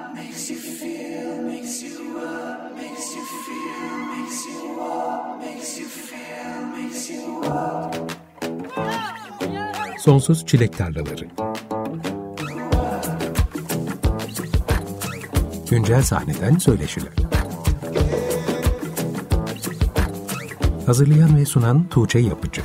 makes you feel, makes you up, makes you feel, makes you walk, makes you feel, makes you up. Sonsuz Çilek Tarlaları. Güncel sahneden söyleşiler. Hazırlayan ve sunan Tuğçe Yapıcı.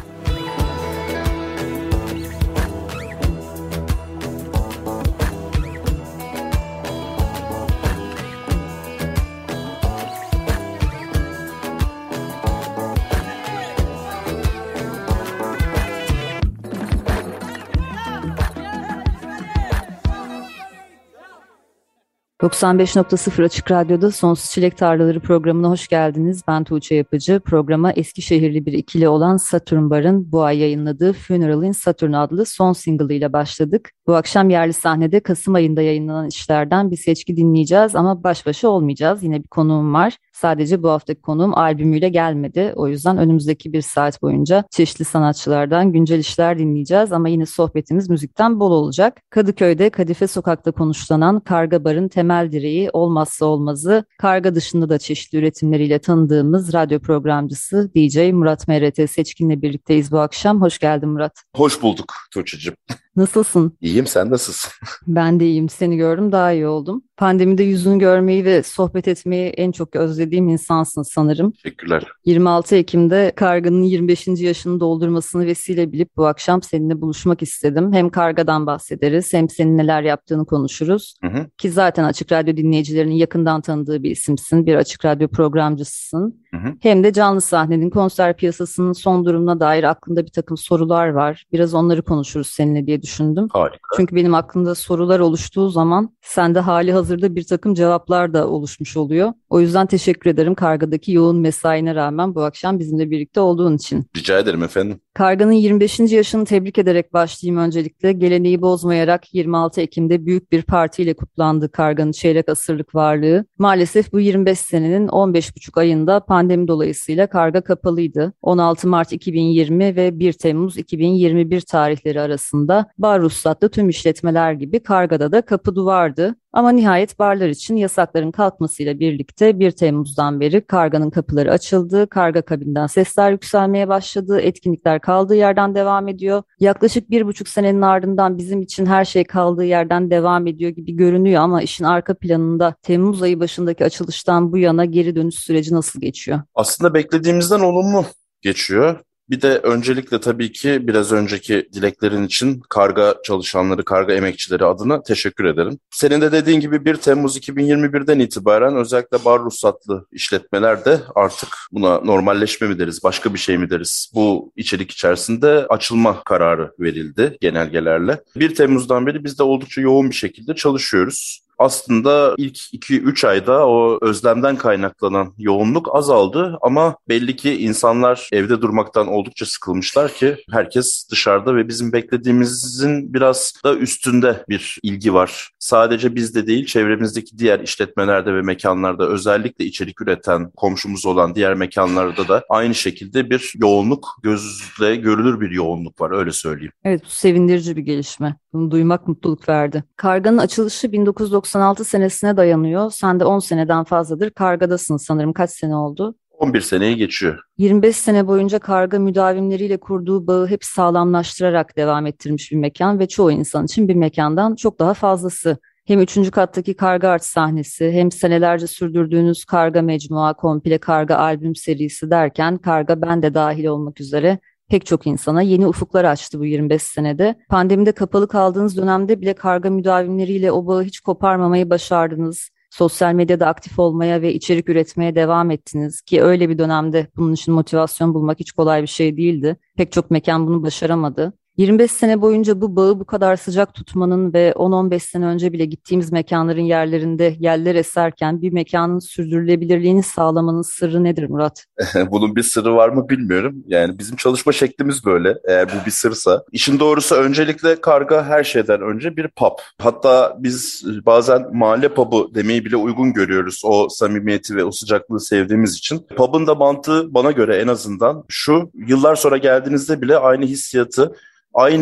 ...95.0 Açık Radyo'da Sonsuz Çilek Tarlaları programına hoş geldiniz. Ben Tuğçe Yapıcı. Programa Eskişehirli bir ikili olan Saturn Bar'ın bu ay yayınladığı Funeral in Saturn adlı son single ile başladık. Bu akşam yerli sahnede Kasım ayında yayınlanan işlerden bir seçki dinleyeceğiz ama baş başa olmayacağız. Yine bir konuğum var. Sadece bu haftaki konuğum albümüyle gelmedi. O yüzden önümüzdeki bir saat boyunca çeşitli sanatçılardan güncel işler dinleyeceğiz ama yine sohbetimiz müzikten bol olacak. Kadıköy'de Kadife Sokak'ta konuşlanan Karga Bar'ın temel direği, olmazsa olmazı, Karga dışında da çeşitli üretimleriyle tanıdığımız radyo programcısı DJ Murat MRT Seçkin'le birlikteyiz bu akşam. Hoş geldin Murat. Hoş bulduk Tuğçe'cim. Nasılsın? İyiyim, sen nasılsın? Ben de iyiyim. Seni gördüm, daha iyi oldum. Pandemide yüzünü görmeyi ve sohbet etmeyi en çok özlediğim insansın sanırım. Teşekkürler. 26 Ekim'de Karga'nın 25. yaşını doldurmasını vesile bilip bu akşam seninle buluşmak istedim. Hem Karga'dan bahsederiz hem senin neler yaptığını konuşuruz. Hı. Ki zaten Açık Radyo dinleyicilerinin yakından tanıdığı bir isimsin. Bir Açık Radyo programcısısın. Hı. Hem de canlı sahnenin, konser piyasasının son durumuna dair aklında bir takım sorular var. Biraz onları konuşuruz seninle diye düşündüm. Harika. Çünkü benim aklımda sorular oluştuğu zaman sende hali hazırda bir takım cevaplar da oluşmuş oluyor. O yüzden teşekkür ederim Karga'daki yoğun mesaine rağmen bu akşam bizimle birlikte olduğun için. Rica ederim efendim. Karga'nın 25. yaşını tebrik ederek başlayayım öncelikle. Geleneği bozmayarak 26 Ekim'de büyük bir partiyle kutlandı Karga'nın çeyrek asırlık varlığı. Maalesef bu 25 senenin 15,5 ayında pandemi dolayısıyla Karga kapalıydı. 16 Mart 2020 ve 1 Temmuz 2021 tarihleri arasında bar ruhsatlı tüm işletmeler gibi Karga'da da kapı duvardı. Ama nihayet barlar için yasakların kalkmasıyla birlikte 1 Temmuz'dan beri Karga'nın kapıları açıldı. Karga kabinden sesler yükselmeye başladı. Etkinlikler kaldığı yerden devam ediyor. Yaklaşık 1,5 senenin ardından bizim için her şey kaldığı yerden devam ediyor gibi görünüyor ama işin arka planında Temmuz ayı başındaki açılıştan bu yana geri dönüş süreci nasıl geçiyor? Aslında beklediğimizden olumlu geçiyor. Bir de öncelikle tabii ki biraz önceki dileklerin için Karga çalışanları, Karga emekçileri adına teşekkür ederim. Senin de dediğin gibi 1 Temmuz 2021'den itibaren özellikle bar ruhsatlı işletmeler de artık buna normalleşme mi deriz, başka bir şey mi deriz? Bu içerik içerisinde açılma kararı verildi genelgelerle. 1 Temmuz'dan beri biz de oldukça yoğun bir şekilde çalışıyoruz. Aslında ilk 2-3 ayda o özlemden kaynaklanan yoğunluk azaldı ama belli ki insanlar evde durmaktan oldukça sıkılmışlar ki herkes dışarıda ve bizim beklediğimizin biraz da üstünde bir ilgi var. Sadece bizde değil, çevremizdeki diğer işletmelerde ve mekanlarda, özellikle içerik üreten komşumuz olan diğer mekanlarda da aynı şekilde bir yoğunluk, gözle görülür bir yoğunluk var, öyle söyleyeyim. Evet, bu sevindirici bir gelişme. Bunu duymak mutluluk verdi. Karga'nın açılışı 1996 senesine dayanıyor. Sen de 10 seneden fazladır Karga'dasın sanırım. Kaç sene oldu? 11 seneyi geçiyor. 25 sene boyunca Karga müdavimleriyle kurduğu bağı hep sağlamlaştırarak devam ettirmiş bir mekan ve çoğu insan için bir mekandan çok daha fazlası. Hem 3. kattaki Karga Art sahnesi, hem senelerce sürdürdüğünüz Karga Mecmua, Komple Karga albüm serisi derken Karga ben de dahil olmak üzere pek çok insana yeni ufuklar açtı bu 25 senede. Pandemide kapalı kaldığınız dönemde bile Karga müdavimleriyle o bağı hiç koparmamayı başardınız. Sosyal medyada aktif olmaya ve içerik üretmeye devam ettiniz ki öyle bir dönemde bunun için motivasyon bulmak hiç kolay bir şey değildi. Pek çok mekan bunu başaramadı. 25 sene boyunca bu bağı bu kadar sıcak tutmanın ve 10-15 sene önce bile gittiğimiz mekanların yerlerinde yeller eserken bir mekanın sürdürülebilirliğini sağlamanın sırrı nedir Murat? Bunun bir sırrı var mı bilmiyorum. Yani bizim çalışma şeklimiz böyle. Eğer bu bir sırsa. İşin doğrusu öncelikle Karga her şeyden önce bir pub. Hatta biz bazen mahalle pub'u demeyi bile uygun görüyoruz. O samimiyeti ve o sıcaklığı sevdiğimiz için. Pub'ın da mantığı bana göre en azından şu: yıllar sonra geldiğinizde bile aynı hissiyatı, aynı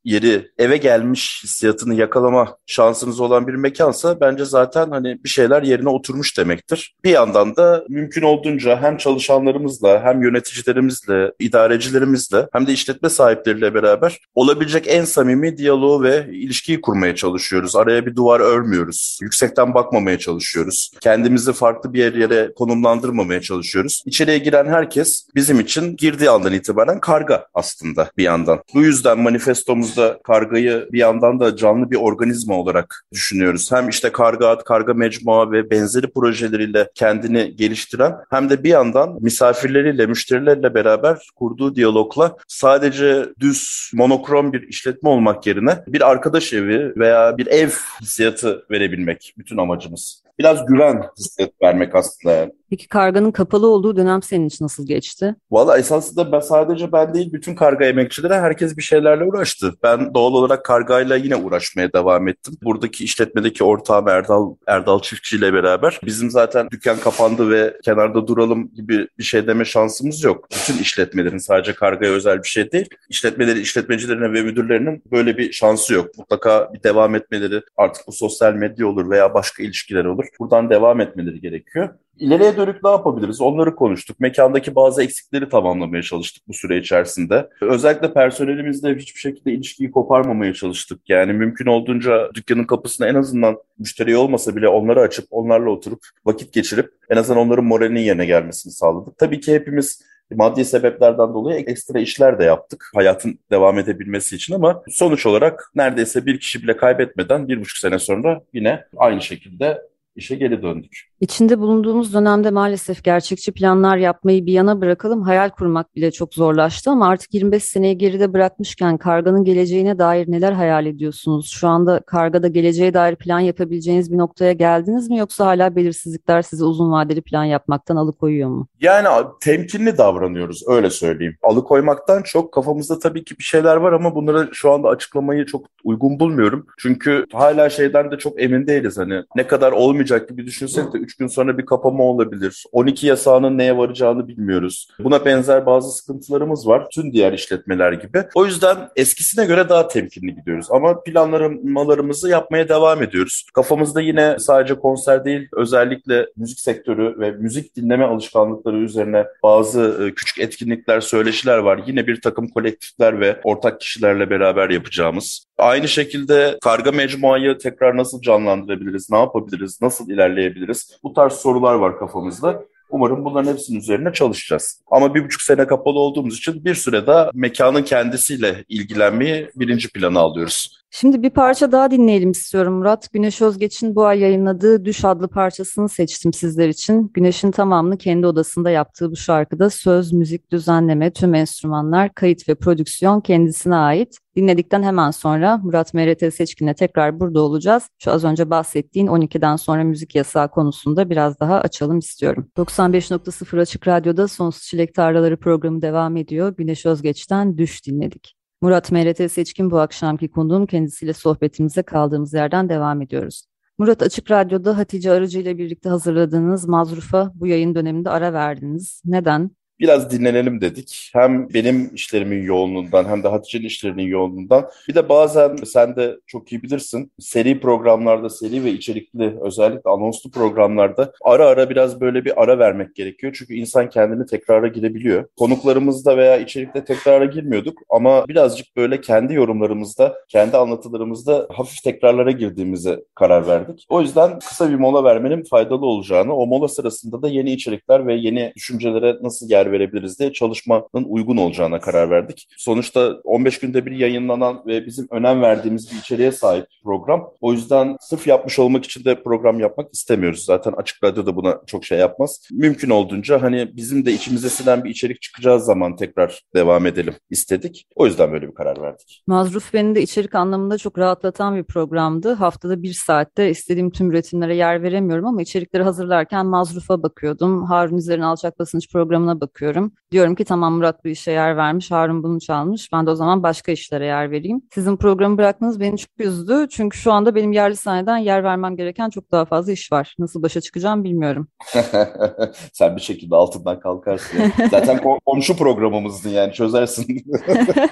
yeri, eve gelmiş hissiyatını yakalama şansınız olan bir mekansa bence zaten hani bir şeyler yerine oturmuş demektir. Bir yandan da mümkün olduğunca hem çalışanlarımızla hem yöneticilerimizle, idarecilerimizle hem de işletme sahipleriyle beraber olabilecek en samimi diyaloğu ve ilişkiyi kurmaya çalışıyoruz. Araya bir duvar örmüyoruz. Yüksekten bakmamaya çalışıyoruz. Kendimizi farklı bir yere konumlandırmamaya çalışıyoruz. İçeriye giren herkes bizim için girdiği andan itibaren karga aslında bir yandan. Bu yüzden manifestomuzda kargayı bir yandan da canlı bir organizma olarak düşünüyoruz. Hem işte Karga Ad, Karga Mecmua ve benzeri projeleriyle kendini geliştiren hem de bir yandan misafirleriyle, müşterilerle beraber kurduğu diyalogla sadece düz, monokrom bir işletme olmak yerine bir arkadaş evi veya bir ev hissiyatı verebilmek bütün amacımız. Biraz güven hissiyatı vermek aslında yani. Peki karganın kapalı olduğu dönem senin için nasıl geçti? Valla esasında sadece ben değil bütün karga emekçileri herkes bir şeylerle uğraştı. Ben doğal olarak kargayla yine uğraşmaya devam ettim. Buradaki işletmedeki ortağım Erdal Çiftçi ile beraber bizim zaten dükkan kapandı ve kenarda duralım gibi bir şey deme şansımız yok. Bütün işletmelerin sadece kargaya özel bir şey değil. İşletmecilerine ve müdürlerinin böyle bir şansı yok. Mutlaka bir devam etmeleri artık bu sosyal medya olur veya başka ilişkiler olur. Buradan devam etmeleri gerekiyor. İleriye dönük ne yapabiliriz? Onları konuştuk. Mekandaki bazı eksikleri tamamlamaya çalıştık bu süre içerisinde. Özellikle personelimizle hiçbir şekilde ilişkiyi koparmamaya çalıştık. Yani mümkün olduğunca dükkanın kapısına en azından müşteri olmasa bile onları açıp onlarla oturup vakit geçirip en azından onların moralinin yerine gelmesini sağladık. Tabii ki hepimiz maddi sebeplerden dolayı ekstra işler de yaptık hayatın devam edebilmesi için ama sonuç olarak neredeyse bir kişi bile kaybetmeden 1,5 sene sonra yine aynı şekilde işe geri döndük. İçinde bulunduğumuz dönemde maalesef gerçekçi planlar yapmayı bir yana bırakalım, hayal kurmak bile çok zorlaştı ama artık 25 seneyi geride bırakmışken karganın geleceğine dair neler hayal ediyorsunuz? Şu anda kargada geleceğe dair plan yapabileceğiniz bir noktaya geldiniz mi yoksa hala belirsizlikler sizi uzun vadeli plan yapmaktan alıkoyuyor mu? Yani temkinli davranıyoruz öyle söyleyeyim. Alıkoymaktan çok kafamızda tabii ki bir şeyler var ama bunları şu anda açıklamayı çok uygun bulmuyorum. Çünkü hala şeyden de çok emin değiliz hani ne kadar olmayacak gibi düşünsek de 3 gün sonra bir kapama olabilir. 12 yasağının neye varacağını bilmiyoruz. Buna benzer bazı sıkıntılarımız var. Tüm diğer işletmeler gibi. O yüzden eskisine göre daha temkinli gidiyoruz. Ama planlamalarımızı yapmaya devam ediyoruz. Kafamızda yine sadece konser değil, özellikle müzik sektörü ve müzik dinleme alışkanlıkları üzerine bazı küçük etkinlikler, söyleşiler var. Yine bir takım kolektifler ve ortak kişilerle beraber yapacağımız. Aynı şekilde Karga Mecmua'yı tekrar nasıl canlandırabiliriz, ne yapabiliriz, nasıl ilerleyebiliriz? Bu tarz sorular var kafamızda. Umarım bunların hepsinin üzerine çalışacağız. Ama 1,5 sene kapalı olduğumuz için bir süre daha mekanın kendisiyle ilgilenmeyi birinci plana alıyoruz. Şimdi bir parça daha dinleyelim istiyorum Murat. Güneş Özgeç'in bu ay yayınladığı Düş adlı parçasını seçtim sizler için. Güneş'in tamamını kendi odasında yaptığı bu şarkıda söz, müzik, düzenleme, tüm enstrümanlar, kayıt ve prodüksiyon kendisine ait. Dinledikten hemen sonra Murat M.R.T. Seçkin'le tekrar burada olacağız. Şu az önce bahsettiğin 12'den sonra müzik yasağı konusunda biraz daha açalım istiyorum. 95.0 Açık Radyo'da Sonsuz Çilek Tarlaları programı devam ediyor. Güneş Özgeç'ten Düş dinledik. Murat M.R.T. Seçkin bu akşamki konuğum, kendisiyle sohbetimize kaldığımız yerden devam ediyoruz. Murat, Açık Radyo'da Hatice Arıcı ile birlikte hazırladığınız Mazruf'a bu yayın döneminde ara verdiniz. Neden? Biraz dinlenelim dedik. Hem benim işlerimin yoğunluğundan hem de Hatice'nin işlerinin yoğunluğundan. Bir de bazen sen de çok iyi bilirsin seri programlarda, seri ve içerikli özellikle anonslu programlarda ara ara biraz böyle bir ara vermek gerekiyor. Çünkü insan kendini tekrara girebiliyor. Konuklarımızda veya içerikte tekrara girmiyorduk ama birazcık böyle kendi yorumlarımızda, kendi anlatılarımızda hafif tekrarlara girdiğimize karar verdik. O yüzden kısa bir mola vermenin faydalı olacağını, o mola sırasında da yeni içerikler ve yeni düşüncelere nasıl yer verebiliriz diye çalışmanın uygun olacağına karar verdik. Sonuçta 15 günde bir yayınlanan ve bizim önem verdiğimiz bir içeriğe sahip program. O yüzden sırf yapmış olmak için de program yapmak istemiyoruz. Zaten Açık Radyo da buna çok şey yapmaz. Mümkün olduğunca hani bizim de içimize sinen bir içerik çıkacağı zaman tekrar devam edelim istedik. O yüzden böyle bir karar verdik. Mazruf beni de içerik anlamında çok rahatlatan bir programdı. Haftada 1 saatte istediğim tüm üretimlere yer veremiyorum ama içerikleri hazırlarken Mazruf'a bakıyordum. Harun İzer'in Alçak Basınç programına bakıyorum. Diyorum ki tamam, Murat bu işe yer vermiş, Harun bunu çalmış. Ben de o zaman başka işlere yer vereyim. Sizin programı bırakmanız beni çok üzdü. Çünkü şu anda benim yerli sahneden yer vermem gereken çok daha fazla iş var. Nasıl başa çıkacağım bilmiyorum. Sen bir şekilde altından kalkarsın. Yani. Zaten komşu programımızdın yani çözersin.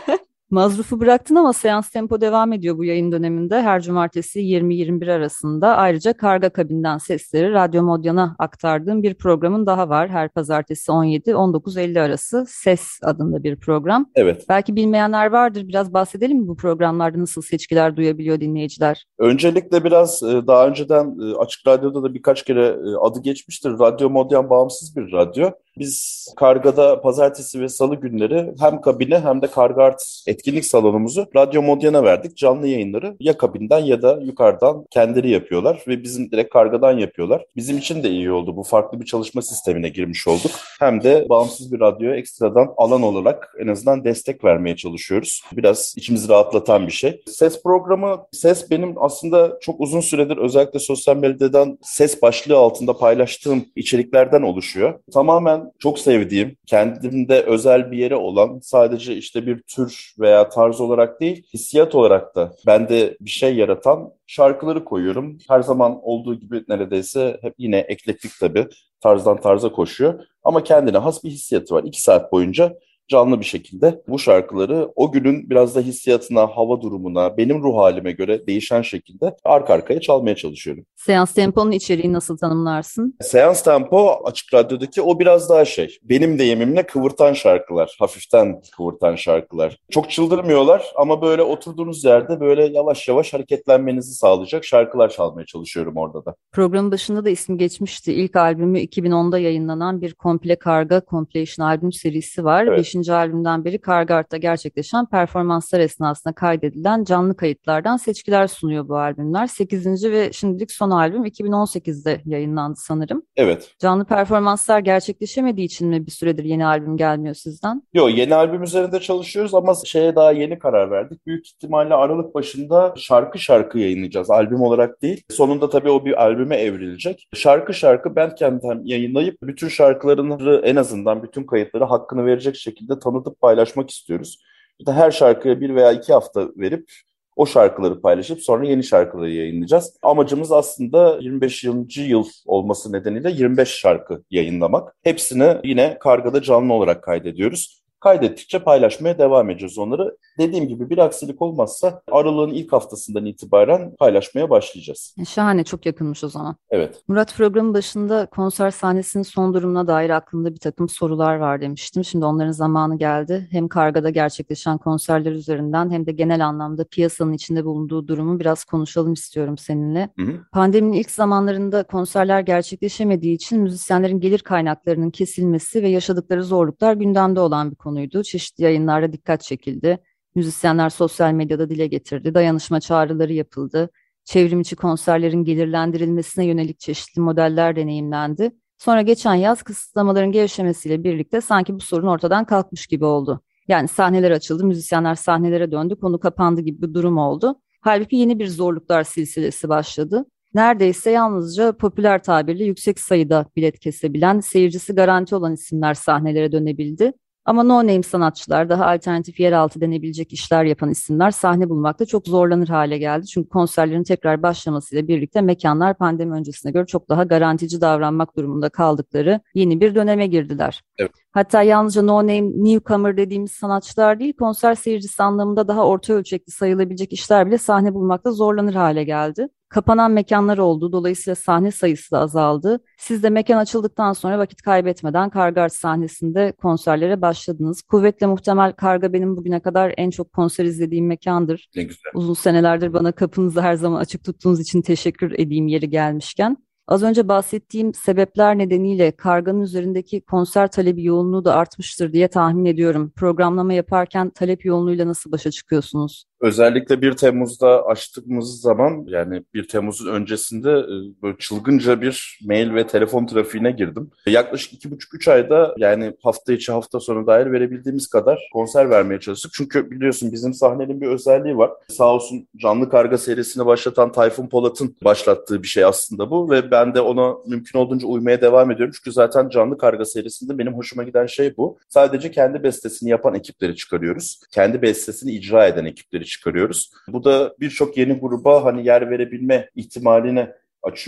Mazruf'u bıraktın ama seans tempo devam ediyor bu yayın döneminde. Her cumartesi 20-21 arasında. Ayrıca Karga Kabin'den sesleri Radyo Modyan'a aktardığım bir programın daha var. Her pazartesi 17-19.50 arası Ses adında bir program. Evet. Belki bilmeyenler vardır. Biraz bahsedelim mi bu programlarda nasıl seçkiler duyabiliyor dinleyiciler? Öncelikle biraz daha önceden Açık Radyo'da da birkaç kere adı geçmiştir. Radyo Modyan bağımsız bir radyo. Biz Karga'da pazartesi ve salı günleri hem kabine hem de Karga Art etkinlik salonumuzu Radyo Modyan'a verdik. Canlı yayınları ya kabinden ya da yukarıdan kendileri yapıyorlar ve bizim direkt Karga'dan yapıyorlar. Bizim için de iyi oldu. Bu farklı bir çalışma sistemine girmiş olduk. Hem de bağımsız bir radyoya ekstradan alan olarak en azından destek vermeye çalışıyoruz. Biraz içimizi rahatlatan bir şey. Ses programı, ses benim aslında çok uzun süredir özellikle sosyal medyadan ses başlığı altında paylaştığım içeriklerden oluşuyor. Tamamen çok sevdiğim, kendimde özel bir yere olan, sadece işte bir tür veya tarz olarak değil, hissiyat olarak da bende bir şey yaratan şarkıları koyuyorum. Her zaman olduğu gibi neredeyse hep yine eklektik tabii, tarzdan tarza koşuyor. Ama kendine has bir hissiyatı var. 2 saat boyunca canlı bir şekilde bu şarkıları o günün biraz da hissiyatına, hava durumuna, benim ruh halime göre değişen şekilde arka arkaya çalmaya çalışıyorum. Seans temponun içeriği nasıl tanımlarsın? Seans tempo Açık Radyo'daki o biraz daha benim deyimimle kıvırtan şarkılar, hafiften kıvırtan şarkılar. Çok çıldırmıyorlar ama böyle oturduğunuz yerde böyle yavaş yavaş hareketlenmenizi sağlayacak şarkılar çalmaya çalışıyorum orada da. Programın başında da ismi geçmişti. İlk albümü 2010'da yayınlanan bir Komple Karga Compilation albüm serisi var. Evet. 5. albümden beri Karga Art'ta gerçekleşen performanslar esnasında kaydedilen canlı kayıtlardan seçkiler sunuyor bu albümler. 8. ve şimdilik son albüm 2018'de yayınlandı sanırım. Evet. Canlı performanslar gerçekleşemediği için mi bir süredir yeni albüm gelmiyor sizden? Yok, yeni albüm üzerinde çalışıyoruz ama daha yeni karar verdik. Büyük ihtimalle Aralık başında şarkı şarkı yayınlayacağız. Albüm olarak değil. Sonunda tabii o bir albüme evrilecek. Şarkı şarkı Bandcamp'ten yayınlayıp bütün şarkıların en azından bütün kayıtları hakkını verecek şekilde tanıtıp paylaşmak istiyoruz. İşte her şarkıya 1 veya 2 hafta verip o şarkıları paylaşıp sonra yeni şarkıları yayınlayacağız. Amacımız aslında 25. yıl olması nedeniyle 25 şarkı yayınlamak. Hepsini yine Karga'da canlı olarak kaydediyoruz. Kaydettikçe paylaşmaya devam edeceğiz onları. Dediğim gibi bir aksilik olmazsa Aralık'ın ilk haftasından itibaren paylaşmaya başlayacağız. Şahane, çok yakınmış o zaman. Evet. Murat, programın başında konser sahnesinin son durumuna dair aklımda bir takım sorular var demiştim. Şimdi onların zamanı geldi. Hem Karga'da gerçekleşen konserler üzerinden hem de genel anlamda piyasanın içinde bulunduğu durumu biraz konuşalım istiyorum seninle. Hı hı. Pandeminin ilk zamanlarında konserler gerçekleşemediği için müzisyenlerin gelir kaynaklarının kesilmesi ve yaşadıkları zorluklar gündemde olan bir konuydu. Çeşitli yayınlarda dikkat çekildi. Müzisyenler sosyal medyada dile getirdi. Dayanışma çağrıları yapıldı. Çevrim içi konserlerin gelirlendirilmesine yönelik çeşitli modeller deneyimlendi. Sonra geçen yaz kısıtlamaların gevşemesiyle birlikte sanki bu sorun ortadan kalkmış gibi oldu. Yani sahneler açıldı, müzisyenler sahnelere döndü, konu kapandı gibi bir durum oldu. Halbuki yeni bir zorluklar silsilesi başladı. Neredeyse yalnızca popüler tabirle yüksek sayıda bilet kesebilen, seyircisi garanti olan isimler sahnelere dönebildi. Ama no name sanatçılar, daha alternatif yeraltı denebilecek işler yapan isimler sahne bulmakta çok zorlanır hale geldi. Çünkü konserlerin tekrar başlamasıyla birlikte mekanlar pandemi öncesine göre çok daha garantici davranmak durumunda kaldıkları yeni bir döneme girdiler. Evet. Hatta yalnızca no name newcomer dediğimiz sanatçılar değil, konser seyircisi anlamında daha orta ölçekli sayılabilecek işler bile sahne bulmakta zorlanır hale geldi. Kapanan mekanlar oldu. Dolayısıyla sahne sayısı da azaldı. Siz de mekan açıldıktan sonra vakit kaybetmeden Karga Art sahnesinde konserlere başladınız. Kuvvetle muhtemel Karga benim bugüne kadar en çok konser izlediğim mekandır. Ne güzel. Uzun senelerdir bana kapınızı her zaman açık tuttuğunuz için teşekkür edeyim yeri gelmişken. Az önce bahsettiğim sebepler nedeniyle Karga'nın üzerindeki konser talebi yoğunluğu da artmıştır diye tahmin ediyorum. Programlama yaparken talep yoğunluğuyla nasıl başa çıkıyorsunuz? Özellikle 1 Temmuz'da açtığımız zaman, yani 1 Temmuz'un öncesinde böyle çılgınca bir mail ve telefon trafiğine girdim. Yaklaşık 2,5-3 ayda, yani hafta içi hafta sonu dair verebildiğimiz kadar konser vermeye çalıştık. Çünkü biliyorsun bizim sahnenin bir özelliği var. Sağ olsun Canlı Karga serisini başlatan Tayfun Polat'ın başlattığı bir şey aslında bu ve ben de ona mümkün olduğunca uymaya devam ediyorum. Çünkü zaten Canlı Karga serisinde benim hoşuma giden şey bu. Sadece kendi bestesini yapan ekipleri çıkarıyoruz. Kendi bestesini icra eden ekipleri çıkarıyoruz. Bu da birçok yeni gruba yer verebilme ihtimalini açıyor.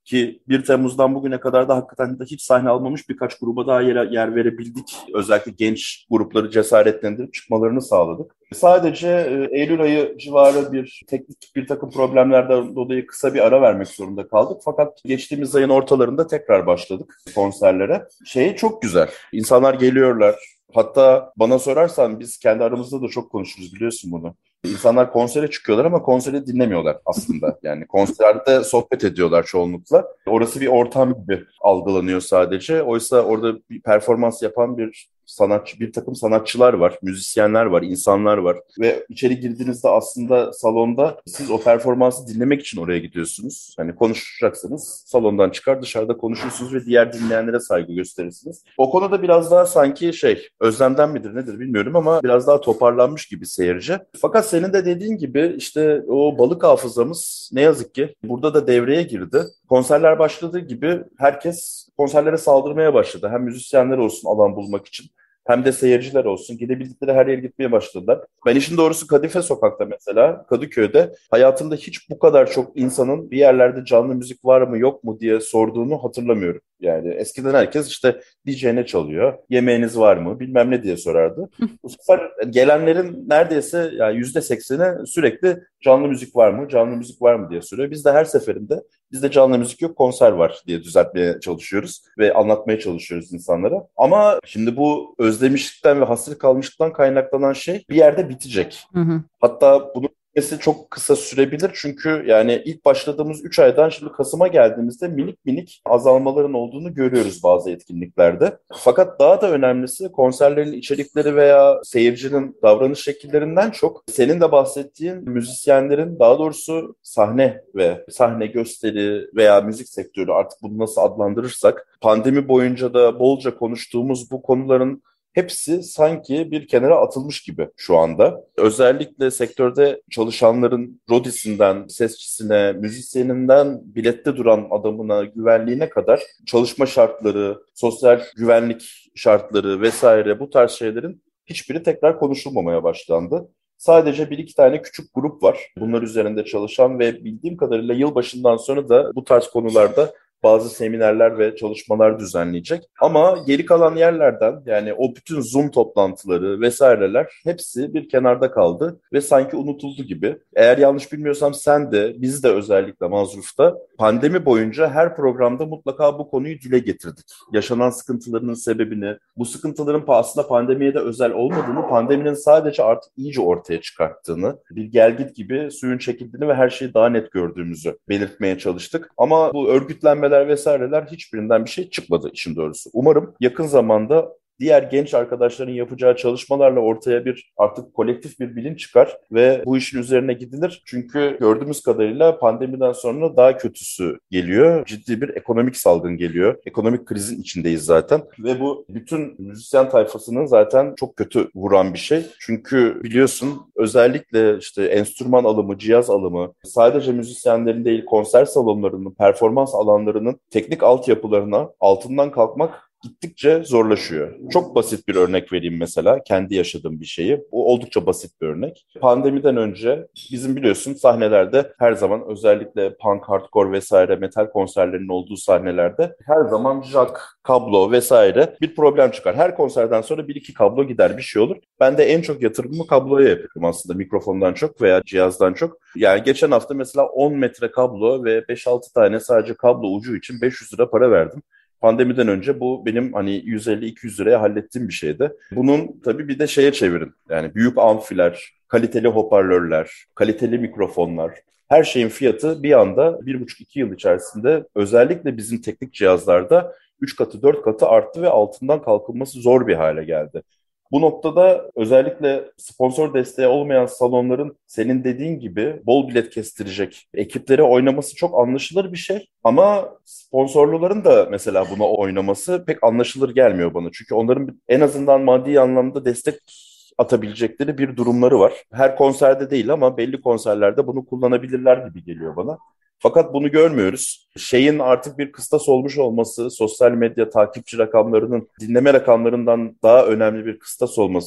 Ki 1 Temmuz'dan bugüne kadar da hakikaten de hiç sahne almamış birkaç gruba daha yer verebildik. Özellikle genç grupları cesaretlendirip çıkmalarını sağladık. Sadece Eylül ayı civarı teknik bir takım problemlerden dolayı kısa bir ara vermek zorunda kaldık. Fakat geçtiğimiz ayın ortalarında tekrar başladık konserlere. Çok güzel. İnsanlar geliyorlar. Hatta bana sorarsan biz kendi aramızda da çok konuşuruz, biliyorsun bunu. İnsanlar konsere çıkıyorlar ama konseri dinlemiyorlar aslında. Yani konserde sohbet ediyorlar çoğunlukla. Orası bir ortam gibi algılanıyor sadece. Oysa orada bir performans yapan bir takım sanatçılar var, müzisyenler var, insanlar var. Ve içeri girdiğinizde aslında salonda siz o performansı dinlemek için oraya gidiyorsunuz. Hani konuşacaksınız, salondan çıkar dışarıda konuşursunuz ve diğer dinleyenlere saygı gösterirsiniz. O konuda biraz daha sanki özlemden midir nedir bilmiyorum ama biraz daha toparlanmış gibi seyirci. Fakat senin de dediğin gibi işte o balık hafızamız ne yazık ki burada da devreye girdi. Konserler başladığı gibi herkes konserlere saldırmaya başladı. Hem müzisyenler olsun alan bulmak için hem de seyirciler olsun. Gidebildikleri her yere gitmeye başladılar. Ben işin doğrusu Kadife Sokak'ta mesela, Kadıköy'de hayatımda hiç bu kadar çok insanın bir yerlerde canlı müzik var mı yok mu diye sorduğunu hatırlamıyorum. Yani eskiden herkes işte DJ ne çalıyor, yemeğiniz var mı bilmem ne diye sorardı. Bu sefer gelenlerin neredeyse yani %80'i sürekli canlı müzik var mı, canlı müzik var mı diye soruyor. Biz de her seferinde bizde canlı müzik yok, konser var diye düzeltmeye çalışıyoruz ve anlatmaya çalışıyoruz insanlara. Ama şimdi bu özlemişlikten ve hasret kalmışlıktan kaynaklanan bir yerde bitecek. Hı hı. Hatta bunun bitmesi çok kısa sürebilir çünkü yani ilk başladığımız 3 aydan şimdi Kasım'a geldiğimizde minik minik azalmaların olduğunu görüyoruz bazı etkinliklerde. Fakat daha da önemlisi konserlerin içerikleri veya seyircinin davranış şekillerinden çok senin de bahsettiğin müzisyenlerin, daha doğrusu sahne ve sahne gösteri veya müzik sektörü, artık bunu nasıl adlandırırsak, pandemi boyunca da bolca konuştuğumuz bu konuların hepsi sanki bir kenara atılmış gibi şu anda. Özellikle sektörde çalışanların rodisinden, sesçisine, müzisyeninden, bilette duran adamına, güvenliğine kadar çalışma şartları, sosyal güvenlik şartları vesaire, bu tarz şeylerin hiçbiri tekrar konuşulmamaya başlandı. Sadece bir iki tane küçük grup var bunlar üzerinde çalışan ve bildiğim kadarıyla yılbaşından sonra da bu tarz konularda bazı seminerler ve çalışmalar düzenleyecek. Ama geri kalan yerlerden, yani o bütün Zoom toplantıları vesaireler hepsi bir kenarda kaldı ve sanki unutuldu gibi. Eğer yanlış bilmiyorsam sen de, biz de özellikle Mazruf'ta pandemi boyunca her programda mutlaka bu konuyu dile getirdik. Yaşanan sıkıntılarının sebebini, bu sıkıntıların aslında pandemiye de özel olmadığını, pandeminin sadece artık iyice ortaya çıkarttığını, bir gelgit gibi suyun çekildiğini ve her şeyi daha net gördüğümüzü belirtmeye çalıştık. Ama bu örgütlenmeler vesaireler, hiçbirinden bir şey çıkmadı işin doğrusu. Umarım yakın zamanda diğer genç arkadaşların yapacağı çalışmalarla ortaya artık kolektif bir bilinç çıkar ve bu işin üzerine gidilir. Çünkü gördüğümüz kadarıyla pandemiden sonra daha kötüsü geliyor. Ciddi bir ekonomik salgın geliyor. Ekonomik krizin içindeyiz zaten ve bu bütün müzisyen tayfasını zaten çok kötü vuran bir şey. Çünkü biliyorsun özellikle işte enstrüman alımı, cihaz alımı sadece müzisyenlerin değil, konser salonlarının, performans alanlarının teknik altyapılarına altından kalkmak gittikçe zorlaşıyor. Çok basit bir örnek vereyim mesela. Kendi yaşadığım bir şeyi. Bu oldukça basit bir örnek. Pandemiden önce bizim biliyorsun sahnelerde her zaman, özellikle punk, hardcore vesaire metal konserlerinin olduğu sahnelerde her zaman jack, kablo vesaire bir problem çıkar. Her konserden sonra bir iki kablo gider, bir şey olur. Ben de en çok yatırımımı kabloya yapıyorum aslında, mikrofondan çok veya cihazdan çok. Yani geçen hafta mesela 10 metre kablo ve 5-6 tane sadece kablo ucu için 500 lira para verdim. Pandemiden önce bu benim hani 150-200 liraya hallettiğim bir şeydi. Bunun tabii bir de çevirin. Yani büyük amfiler, kaliteli hoparlörler, kaliteli mikrofonlar. Her şeyin fiyatı bir anda 1,5-2 yıl içerisinde özellikle bizim teknik cihazlarda 3 katı 4 katı arttı ve altından kalkılması zor bir hale geldi. Bu noktada özellikle sponsor desteği olmayan salonların senin dediğin gibi bol bilet kestirecek ekiplere oynaması çok anlaşılır bir şey. Ama sponsorluların da mesela buna oynaması pek anlaşılır gelmiyor bana. Çünkü onların en azından maddi anlamda destek atabilecekleri bir durumları var. Her konserde değil ama belli konserlerde bunu kullanabilirler gibi geliyor bana. Fakat bunu görmüyoruz. Artık bir kıstas olmuş olması, sosyal medya takipçi rakamlarının dinleme rakamlarından daha önemli bir kıstas olması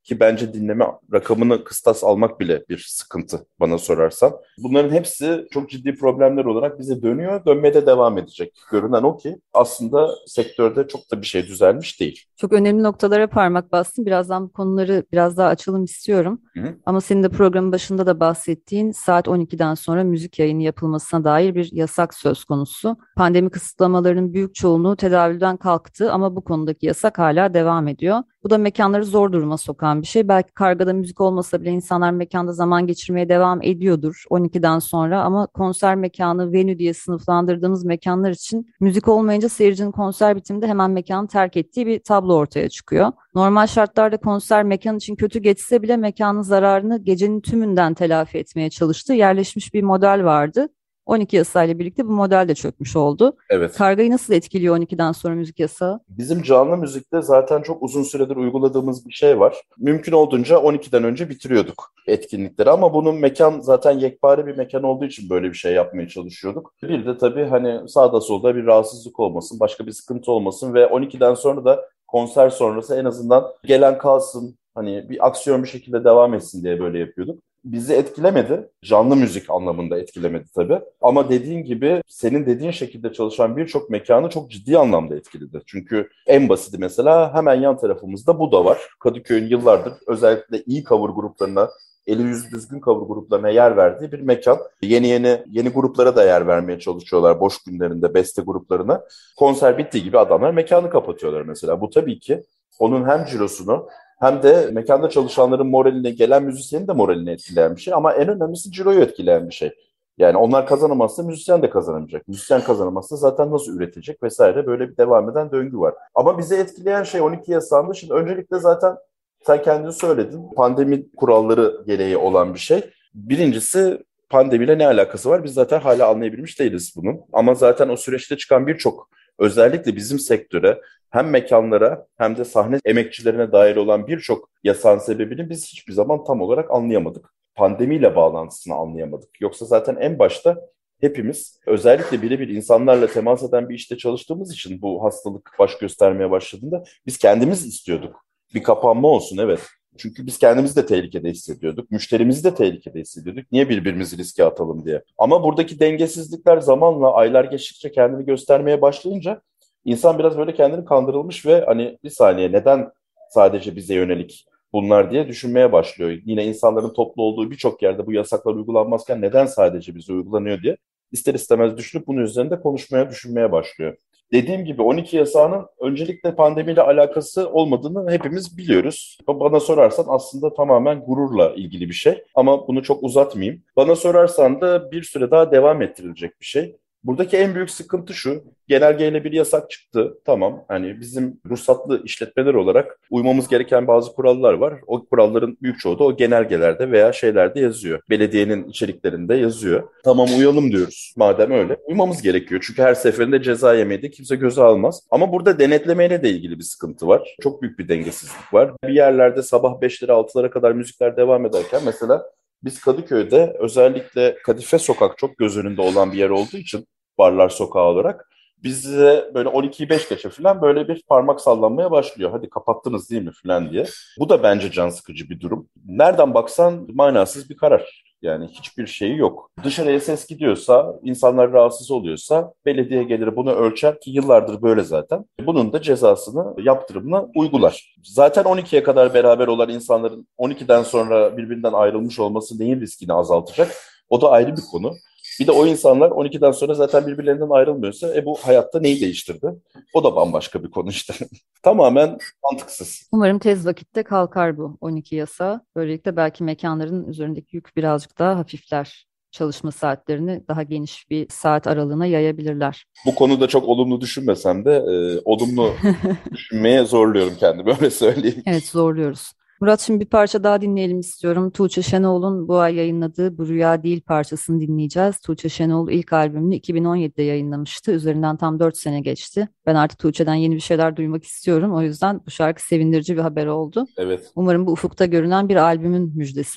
ki bence dinleme rakamını kıstas almak bile bir sıkıntı bana sorarsan. Bunların hepsi çok ciddi problemler olarak bize dönüyor, dönmeye de devam edecek. Görünen o ki aslında sektörde çok da bir şey düzelmiş değil. Çok önemli noktalara parmak bastın. Birazdan bu konuları biraz daha açalım istiyorum. Hı-hı. Ama senin de programın başında da bahsettiğin saat 12'den sonra müzik yayını yapılmasına dair bir yasak söz konusu. Pandemi kısıtlamalarının büyük çoğunluğu tedavülden kalktı ama bu konudaki yasak hala devam ediyor. Bu da mekanları zor duruma sokan bir şey. Belki Karga'da müzik olmasa bile insanlar mekanda zaman geçirmeye devam ediyordur 12'den sonra ama konser mekanı, venue diye sınıflandırdığımız mekanlar için müzik olmayınca seyircinin konser bitiminde hemen mekanı terk ettiği bir tablo ortaya çıkıyor. Normal şartlarda konser mekan için kötü geçse bile mekanın zararını gecenin tümünden telafi etmeye çalıştığı yerleşmiş bir model vardı. 12 yasayla birlikte bu model de çökmüş oldu. Evet. Kargayı nasıl etkiliyor 12'den sonra müzik yasağı? Bizim canlı müzikte zaten çok uzun süredir uyguladığımız bir şey var. Mümkün olduğunca 12'den önce bitiriyorduk etkinlikleri ama bunun mekan zaten yekpare bir mekan olduğu için böyle bir şey yapmaya çalışıyorduk. Bir de tabii hani sağda solda bir rahatsızlık olmasın, başka bir sıkıntı olmasın ve 12'den sonra da konser sonrası en azından gelen kalsın, hani bir aksiyon bir şekilde devam etsin diye böyle yapıyorduk. Bizi etkilemedi. Canlı müzik anlamında etkilemedi tabii. Ama dediğin gibi senin dediğin şekilde çalışan birçok mekanı çok ciddi anlamda etkiledi. Çünkü en basiti mesela hemen yan tarafımızda bu da var. Kadıköy'ün yıllardır özellikle iyi cover gruplarına, eli yüzü düzgün cover gruplarına yer verdiği bir mekan. Yeni gruplara da yer vermeye çalışıyorlar boş günlerinde beste gruplarına. Konser bittiği gibi adamlar mekanı kapatıyorlar mesela. Bu tabii ki onun hem cirosunu hem de mekanda çalışanların moraline, gelen müzisyenin de moralini etkileyen bir şey. Ama en önemlisi ciroyu etkileyen bir şey. Yani onlar kazanamazsa müzisyen de kazanamayacak. Müzisyen kazanamazsa zaten nasıl üretecek vesaire, böyle bir devam eden döngü var. Ama bizi etkileyen şey 12 yasağında. Şimdi öncelikle zaten sen kendin söyledin. Pandemi kuralları gereği olan bir şey. Birincisi, pandemiyle ne alakası var? Biz zaten hala anlayabilmiş değiliz bunun. Ama zaten o süreçte çıkan birçok, özellikle bizim sektöre, hem mekanlara hem de sahne emekçilerine dair olan birçok yasağın sebebini biz hiçbir zaman tam olarak anlayamadık. Pandemiyle bağlantısını anlayamadık. Yoksa zaten en başta hepimiz, özellikle birebir insanlarla temas eden bir işte çalıştığımız için bu hastalık baş göstermeye başladığında biz kendimiz istiyorduk. Bir kapanma olsun, evet. Çünkü biz kendimizi de tehlikede hissediyorduk. Müşterimizi de tehlikede hissediyorduk. Niye birbirimizi riske atalım diye. Ama buradaki dengesizlikler zamanla, aylar geçtikçe kendini göstermeye başlayınca İnsan biraz böyle kendini kandırılmış ve hani bir saniye, neden sadece bize yönelik bunlar diye düşünmeye başlıyor. Yine insanların toplu olduğu birçok yerde bu yasaklar uygulanmazken neden sadece bize uygulanıyor diye ister istemez düşünüp bunun üzerinde konuşmaya, düşünmeye başlıyor. Dediğim gibi 12 yasağının öncelikle pandemiyle alakası olmadığını hepimiz biliyoruz. Bana sorarsan aslında tamamen gururla ilgili bir şey. Ama bunu çok uzatmayayım. Bana sorarsan da bir süre daha devam ettirilecek bir şey. Buradaki en büyük sıkıntı şu: genelgeyle bir yasak çıktı. Tamam, hani bizim ruhsatlı işletmeler olarak uymamız gereken bazı kurallar var. O kuralların büyük çoğu da o genelgelerde veya şeylerde yazıyor. Belediyenin içeriklerinde yazıyor. Tamam, uyalım diyoruz. Madem öyle, uymamız gerekiyor. Çünkü her seferinde ceza yemeyi de kimse göze almaz. Ama burada denetlemeyle de ilgili bir sıkıntı var. Çok büyük bir dengesizlik var. Bir yerlerde sabah 5'lere 6'lara kadar müzikler devam ederken mesela biz Kadıköy'de, özellikle Kadife Sokak çok göz önünde olan bir yer olduğu için, barlar sokağı olarak, bize böyle 12'yi 5 geçe falan böyle bir parmak sallanmaya başlıyor. Hadi kapattınız değil mi falan diye. Bu da bence can sıkıcı bir durum. Nereden baksan manasız bir karar. Yani hiçbir şeyi yok. Dışarıya ses gidiyorsa, insanlar rahatsız oluyorsa belediye gelir bunu ölçer ki yıllardır böyle zaten. Bunun da cezasını, yaptırımını uygular. Zaten 12'ye kadar beraber olan insanların 12'den sonra birbirinden ayrılmış olması neyin riskini azaltacak? O da ayrı bir konu. Bir de o insanlar 12'den sonra zaten birbirlerinden ayrılmıyorsa bu hayatta neyi değiştirdi? O da bambaşka bir konu işte. Tamamen mantıksız. Umarım tez vakitte kalkar bu 12 yasa. Böylelikle belki mekanların üzerindeki yük birazcık daha hafifler. Çalışma saatlerini daha geniş bir saat aralığına yayabilirler. Bu konuda çok olumlu düşünmesem de olumlu düşünmeye zorluyorum kendimi, öyle söyleyeyim. Evet, zorluyoruz. Murat, şimdi bir parça daha dinleyelim istiyorum. Tuğçe Şenol'un bu ay yayınladığı Bu Rüya Değil parçasını dinleyeceğiz. Tuğçe Şenol ilk albümünü 2017'de yayınlamıştı. Üzerinden tam 4 sene geçti. Ben artık Tuğçe'den yeni bir şeyler duymak istiyorum. O yüzden bu şarkı sevindirici bir haber oldu. Evet. Umarım bu ufukta görünen bir albümün müjdesidir.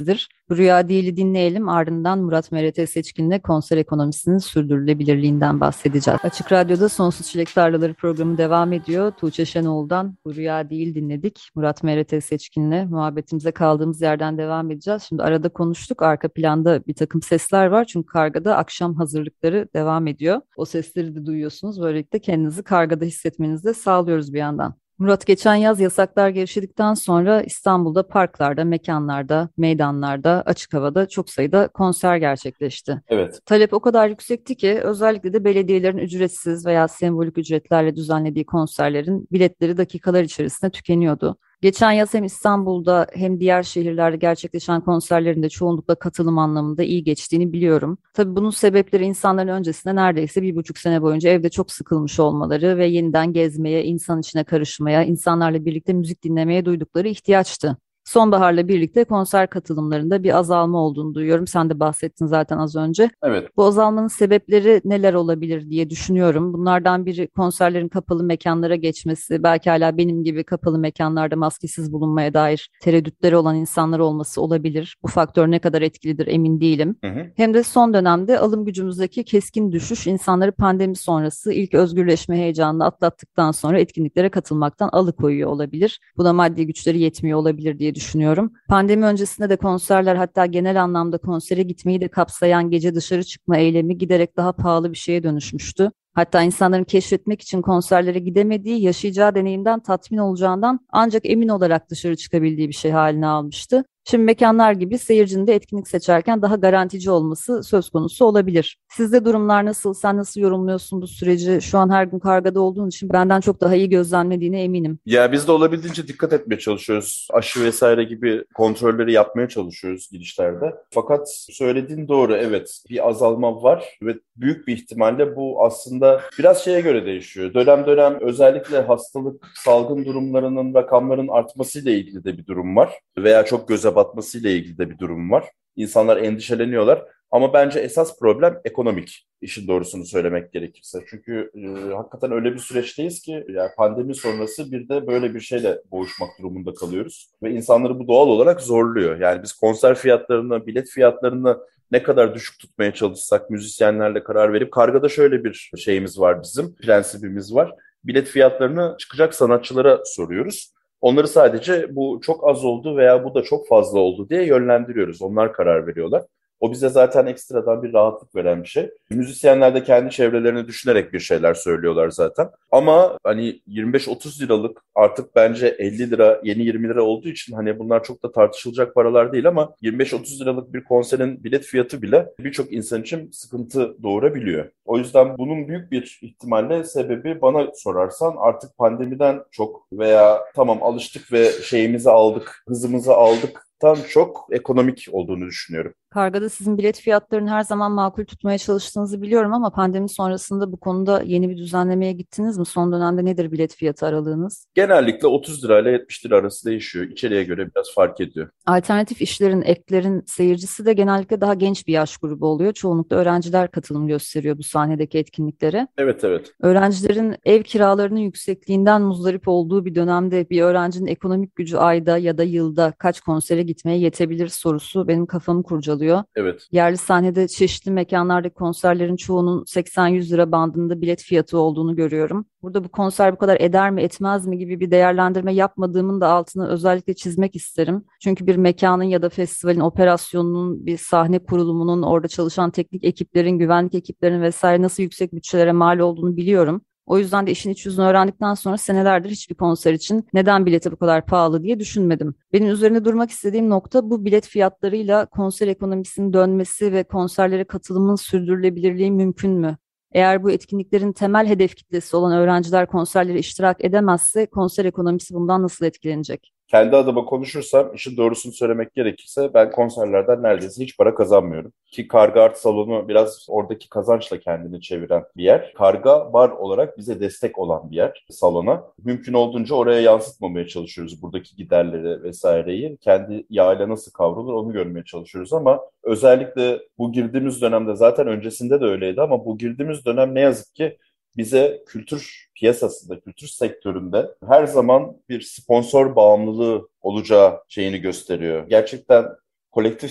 Bu Rüya Değil'i dinleyelim. Ardından Murat M.R.T. Seçkin'le konser ekonomisinin sürdürülebilirliğinden bahsedeceğiz. Açık Radyo'da Sonsuz Çilek Tarlaları programı devam ediyor. Tuğçe Şenoğlu'dan Bu Rüya Değil dinledik. Murat M.R.T. Seçkin'le muhabbetimize kaldığımız yerden devam edeceğiz. Şimdi arada konuştuk. Arka planda bir takım sesler var. Çünkü kargada akşam hazırlıkları devam ediyor. O sesleri de duyuyorsunuz. Böylelikle kendinizi kargada hissetmenizi de sağlıyoruz bir yandan. Murat, geçen yaz yasaklar gevşedikten sonra İstanbul'da parklarda, mekanlarda, meydanlarda, açık havada çok sayıda konser gerçekleşti. Evet. Talep o kadar yüksekti ki özellikle de belediyelerin ücretsiz veya sembolik ücretlerle düzenlediği konserlerin biletleri dakikalar içerisinde tükeniyordu. Geçen yaz hem İstanbul'da hem diğer şehirlerde gerçekleşen konserlerin de çoğunlukla katılım anlamında iyi geçtiğini biliyorum. Tabii bunun sebepleri insanların öncesinde neredeyse 1,5 sene boyunca evde çok sıkılmış olmaları ve yeniden gezmeye, insan içine karışmaya, insanlarla birlikte müzik dinlemeye duydukları ihtiyaçtı. Sonbaharla birlikte konser katılımlarında bir azalma olduğunu duyuyorum. Sen de bahsettin zaten az önce. Evet. Bu azalmanın sebepleri neler olabilir diye düşünüyorum. Bunlardan biri konserlerin kapalı mekanlara geçmesi, belki hala benim gibi kapalı mekanlarda maskesiz bulunmaya dair tereddütleri olan insanlar olması olabilir. Bu faktör ne kadar etkilidir emin değilim. Hı hı. Hem de son dönemde alım gücümüzdeki keskin düşüş insanları pandemi sonrası ilk özgürleşme heyecanını atlattıktan sonra etkinliklere katılmaktan alıkoyuyor olabilir. Buna maddi güçleri yetmiyor olabilir diye düşünüyorum. Pandemi öncesinde de konserler, hatta genel anlamda konsere gitmeyi de kapsayan gece dışarı çıkma eylemi giderek daha pahalı bir şeye dönüşmüştü. Hatta insanların keşfetmek için konserlere gidemediği, yaşayacağı deneyimden tatmin olacağından ancak emin olarak dışarı çıkabildiği bir şey haline almıştı. Şimdi mekanlar gibi seyircinin de etkinlik seçerken daha garantici olması söz konusu olabilir. Sizde durumlar nasıl? Sen nasıl yorumluyorsun bu süreci? Şu an her gün kargada olduğun için benden çok daha iyi gözlemlediğine eminim. Ya biz de olabildiğince dikkat etmeye çalışıyoruz. Aşı vesaire gibi kontrolleri yapmaya çalışıyoruz girişlerde. Fakat söylediğin doğru, evet, bir azalma var ve büyük bir ihtimalle bu aslında biraz şeye göre değişiyor. Dönem dönem özellikle hastalık, salgın durumlarının, rakamların artmasıyla ilgili de bir durum var. Veya çok göze batmasıyla ilgili de bir durum var. İnsanlar endişeleniyorlar. Ama bence esas problem ekonomik, işin doğrusunu söylemek gerekirse. Çünkü hakikaten öyle bir süreçteyiz ki yani pandemi sonrası bir de böyle bir şeyle boğuşmak durumunda kalıyoruz. Ve insanları bu doğal olarak zorluyor. Yani biz konser fiyatlarını, bilet fiyatlarını ne kadar düşük tutmaya çalışsak müzisyenlerle karar verip kargada şöyle bir şeyimiz var bizim, prensibimiz var. Bilet fiyatlarını çıkacak sanatçılara soruyoruz. Onları sadece bu çok az oldu veya bu da çok fazla oldu diye yönlendiriyoruz. Onlar karar veriyorlar. O bize zaten ekstradan bir rahatlık veren bir şey. Müzisyenler de kendi çevrelerini düşünerek bir şeyler söylüyorlar zaten. Ama hani 25-30 liralık artık bence 50 lira, yeni 20 lira olduğu için hani bunlar çok da tartışılacak paralar değil ama 25-30 liralık bir konserin bilet fiyatı bile birçok insan için sıkıntı doğurabiliyor. O yüzden bunun büyük bir ihtimalle sebebi, bana sorarsan, artık pandemiden çok veya tamam alıştık ve şeyimizi aldık, hızımızı aldık, çok ekonomik olduğunu düşünüyorum. Kargada sizin bilet fiyatlarını her zaman makul tutmaya çalıştığınızı biliyorum ama pandemi sonrasında bu konuda yeni bir düzenlemeye gittiniz mi? Son dönemde nedir bilet fiyatı aralığınız? Genellikle 30 lirayla 70 lira arası değişiyor. İçeriye göre biraz fark ediyor. Alternatif işlerin, eklerin seyircisi de genellikle daha genç bir yaş grubu oluyor. Çoğunlukla öğrenciler katılım gösteriyor bu sahnedeki etkinliklere. Evet, evet. Öğrencilerin ev kiralarının yüksekliğinden muzdarip olduğu bir dönemde bir öğrencinin ekonomik gücü ayda ya da yılda kaç konsere gitmeye yetebilir sorusu benim kafamı kurcalıyor. Evet. Yerli sahnede çeşitli mekanlardaki konserlerin çoğunun 80-100 lira bandında bilet fiyatı olduğunu görüyorum. Burada bu konser bu kadar eder mi etmez mi gibi bir değerlendirme yapmadığımın da altını özellikle çizmek isterim. Çünkü bir mekanın ya da festivalin operasyonunun, bir sahne kurulumunun, orada çalışan teknik ekiplerin, güvenlik ekiplerinin vesaire nasıl yüksek bütçelere mal olduğunu biliyorum. O yüzden de işin iç yüzünü öğrendikten sonra senelerdir hiçbir konser için neden bileti bu kadar pahalı diye düşünmedim. Benim üzerine durmak istediğim nokta bu bilet fiyatlarıyla konser ekonomisinin dönmesi ve konserlere katılımın sürdürülebilirliği mümkün mü? Eğer bu etkinliklerin temel hedef kitlesi olan öğrenciler konserlere iştirak edemezse konser ekonomisi bundan nasıl etkilenecek? Kendi adıma konuşursam, işin doğrusunu söylemek gerekirse, ben konserlerden neredeyse hiç para kazanmıyorum. Ki Karga Art Salonu biraz oradaki kazançla kendini çeviren bir yer. Karga bar olarak bize destek olan bir yer salona. Mümkün olduğunca oraya yansıtmamaya çalışıyoruz buradaki giderleri vesaireyi. Kendi yağıyla nasıl kavrulur onu görmeye çalışıyoruz ama özellikle bu girdiğimiz dönemde, zaten öncesinde de öyleydi ama bu girdiğimiz dönem ne yazık ki bize kültür piyasasında, kültür sektöründe her zaman bir sponsor bağımlılığı olacağı şeyini gösteriyor. Gerçekten kolektif